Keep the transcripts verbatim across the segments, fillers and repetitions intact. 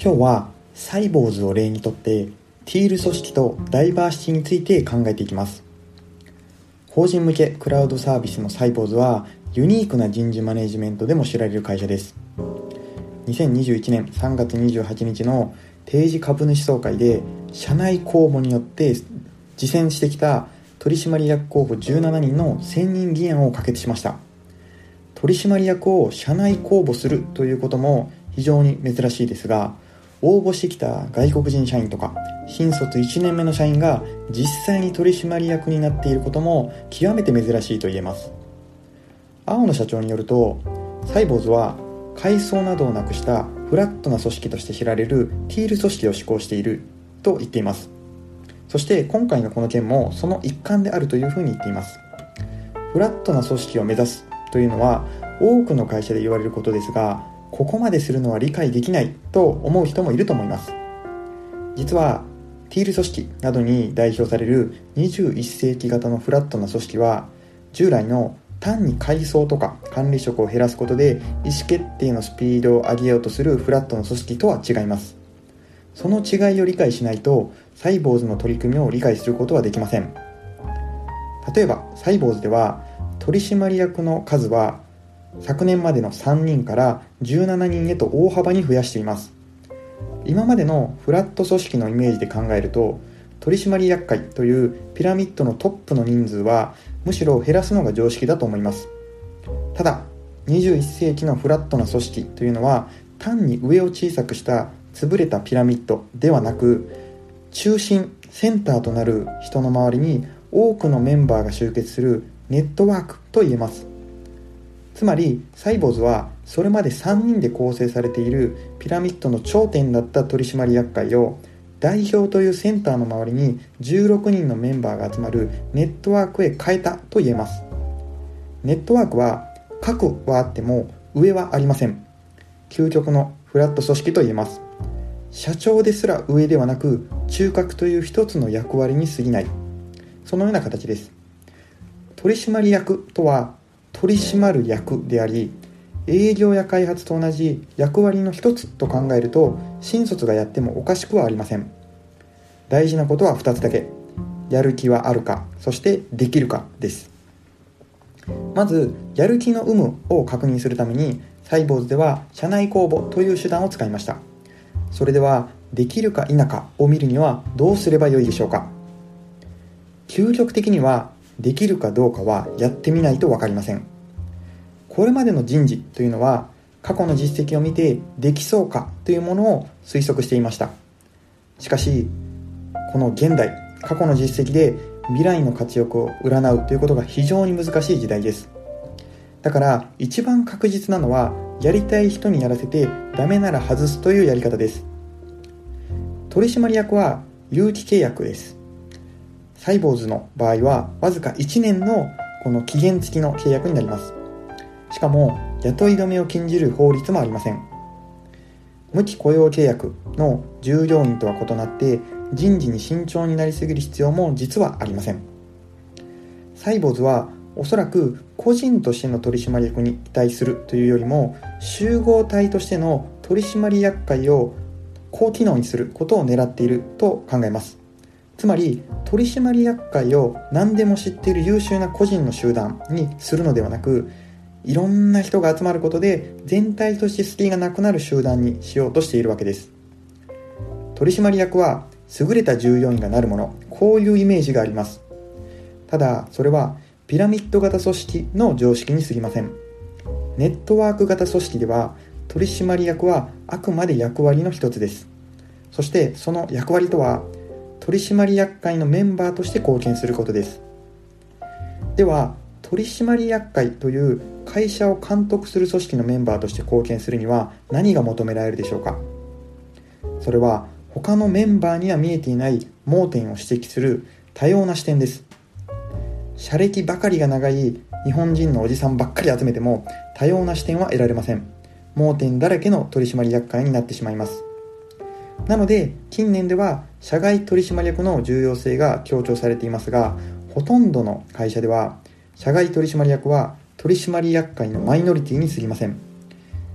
今日はサイボーズを例にとってティール組織とダイバーシティについて考えていきます。法人向けクラウドサービスのサイボーズはユニークな人事マネジメントでも知られる会社です。にせんにじゅういちねんさんがつにじゅうはちにちの定時株主総会で社内公募によって次戦してきた取締役候補じゅうななにんの選任議案を可決しました。取締役を社内公募するということも非常に珍しいですが、応募してきた外国人社員とか新卒いちねんめの社員が実際に取締役になっていることも極めて珍しいと言えます。青野社長によると、サイボーズは階層などをなくしたフラットな組織として知られるティール組織を施行していると言っています。そして今回のこの件もその一環であるというふうに言っています。フラットな組織を目指すというのは多くの会社で言われることですが、ここまでするのは理解できないと思う人もいると思います。実はティール組織などに代表されるにじゅういっせいき型のフラットな組織は、従来の単に階層とか管理職を減らすことで意思決定のスピードを上げようとするフラットな組織とは違います。その違いを理解しないとサイボーズの取り組みを理解することはできません。例えばサイボーズでは取締役の数は昨年までのさんにんからじゅうななにんへと大幅に増やしています。今までのフラット組織のイメージで考えると、取締役会というピラミッドのトップの人数はむしろ減らすのが常識だと思います。ただにじゅういっせいきのフラットな組織というのは単に上を小さくした潰れたピラミッドではなく、中心センターとなる人の周りに多くのメンバーが集結するネットワークと言えます。つまりサイボーズはそれまでさんにんで構成されているピラミッドの頂点だった取締役会を代表というセンターの周りにじゅうろくにんのメンバーが集まるネットワークへ変えたと言えます。ネットワークは核はあっても上はありません。究極のフラット組織と言えます。社長ですら上ではなく中核という一つの役割に過ぎない、そのような形です。取締役とは取り締まる役であり、営業や開発と同じ役割の一つと考えると新卒がやってもおかしくはありません。大事なことはふたつだけ。やる気はあるか、そしてできるかです。まずやる気の有無を確認するためにサイボーズでは社内公募という手段を使いました。それではできるか否かを見るにはどうすればよいでしょうか。究極的にはできるかどうかはやってみないと分かりません。これまでの人事というのは過去の実績を見てできそうかというものを推測していました。しかしこの現代、過去の実績で未来の活躍を占うということが非常に難しい時代です。だから一番確実なのはやりたい人にやらせてダメなら外すというやり方です。取締役は有期契約です。サイボーズの場合はわずかいちねんのこの期限付きの契約になります。しかも雇い止めを禁じる法律もありません。無期雇用契約の従業員とは異なって人事に慎重になりすぎる必要も実はありません。サイボーズはおそらく個人としての取締役に期待するというよりも集合体としての取締役会を高機能にすることを狙っていると考えます。つまり取締役会を何でも知っている優秀な個人の集団にするのではなく、いろんな人が集まることで全体として隙がなくなる集団にしようとしているわけです。取締役は優れた従業員がなるもの、こういうイメージがあります。ただそれはピラミッド型組織の常識に過ぎません。ネットワーク型組織では取締役はあくまで役割の一つです。そしてその役割とは取締役会のメンバーとして貢献することです。では取締役会という会社を監督する組織のメンバーとして貢献するには何が求められるでしょうか。それは他のメンバーには見えていない盲点を指摘する多様な視点です。社歴ばかりが長い日本人のおじさんばっかり集めても多様な視点は得られません。盲点だらけの取締役会になってしまいます。なので近年では社外取締役の重要性が強調されていますが、ほとんどの会社では社外取締役は取締役会のマイノリティに過ぎません。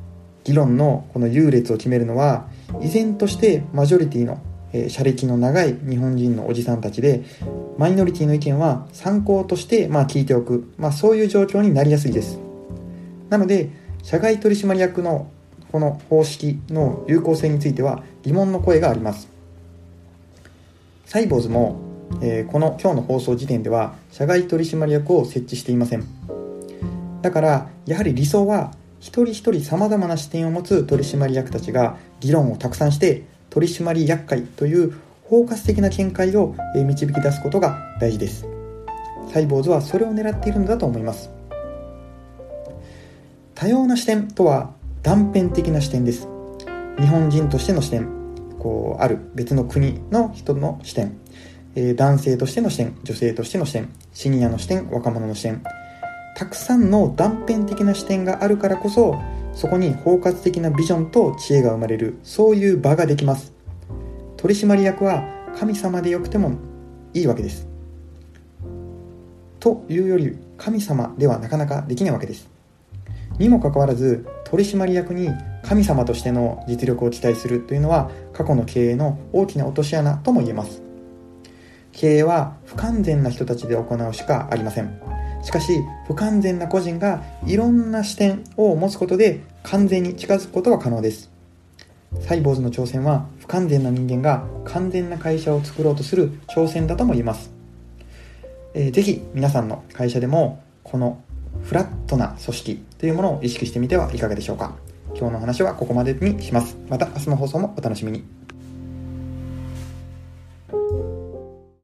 議論のこの優劣を決めるのは、依然としてマジョリティの、えー、社歴の長い日本人のおじさんたちで、マイノリティの意見は参考として、まあ、聞いておく、まあ、そういう状況になりやすいです。なので社外取締役のこの方式の有効性については疑問の声があります。サイボーズも、えー、この今日の放送時点では社外取締役を設置していません。だからやはり理想は一人一人さまざまな視点を持つ取締役たちが議論をたくさんして取締役会という包括的な見解を導き出すことが大事です。サイボーズはそれを狙っているのだと思います。多様な視点とは断片的な視点です。日本人としての視点、こうある別の国の人の視点、えー、男性としての視点、女性としての視点、シニアの視点、若者の視点、たくさんの断片的な視点があるからこそ、そこに包括的なビジョンと知恵が生まれる、そういう場ができます。取締役は神様でよくてもいいわけです。というより神様ではなかなかできないわけです。にもかかわらず取締役に神様としての実力を期待するというのは過去の経営の大きな落とし穴とも言えます。経営は不完全な人たちで行うしかありません。しかし不完全な個人がいろんな視点を持つことで完全に近づくことが可能です。サイボーズの挑戦は不完全な人間が完全な会社を作ろうとする挑戦だとも言えます。えー、ぜひ皆さんの会社でもこのフラットな組織というものを意識してみてはいかがでしょうか。今日の話はここまでにします。また明日の放送もお楽しみに。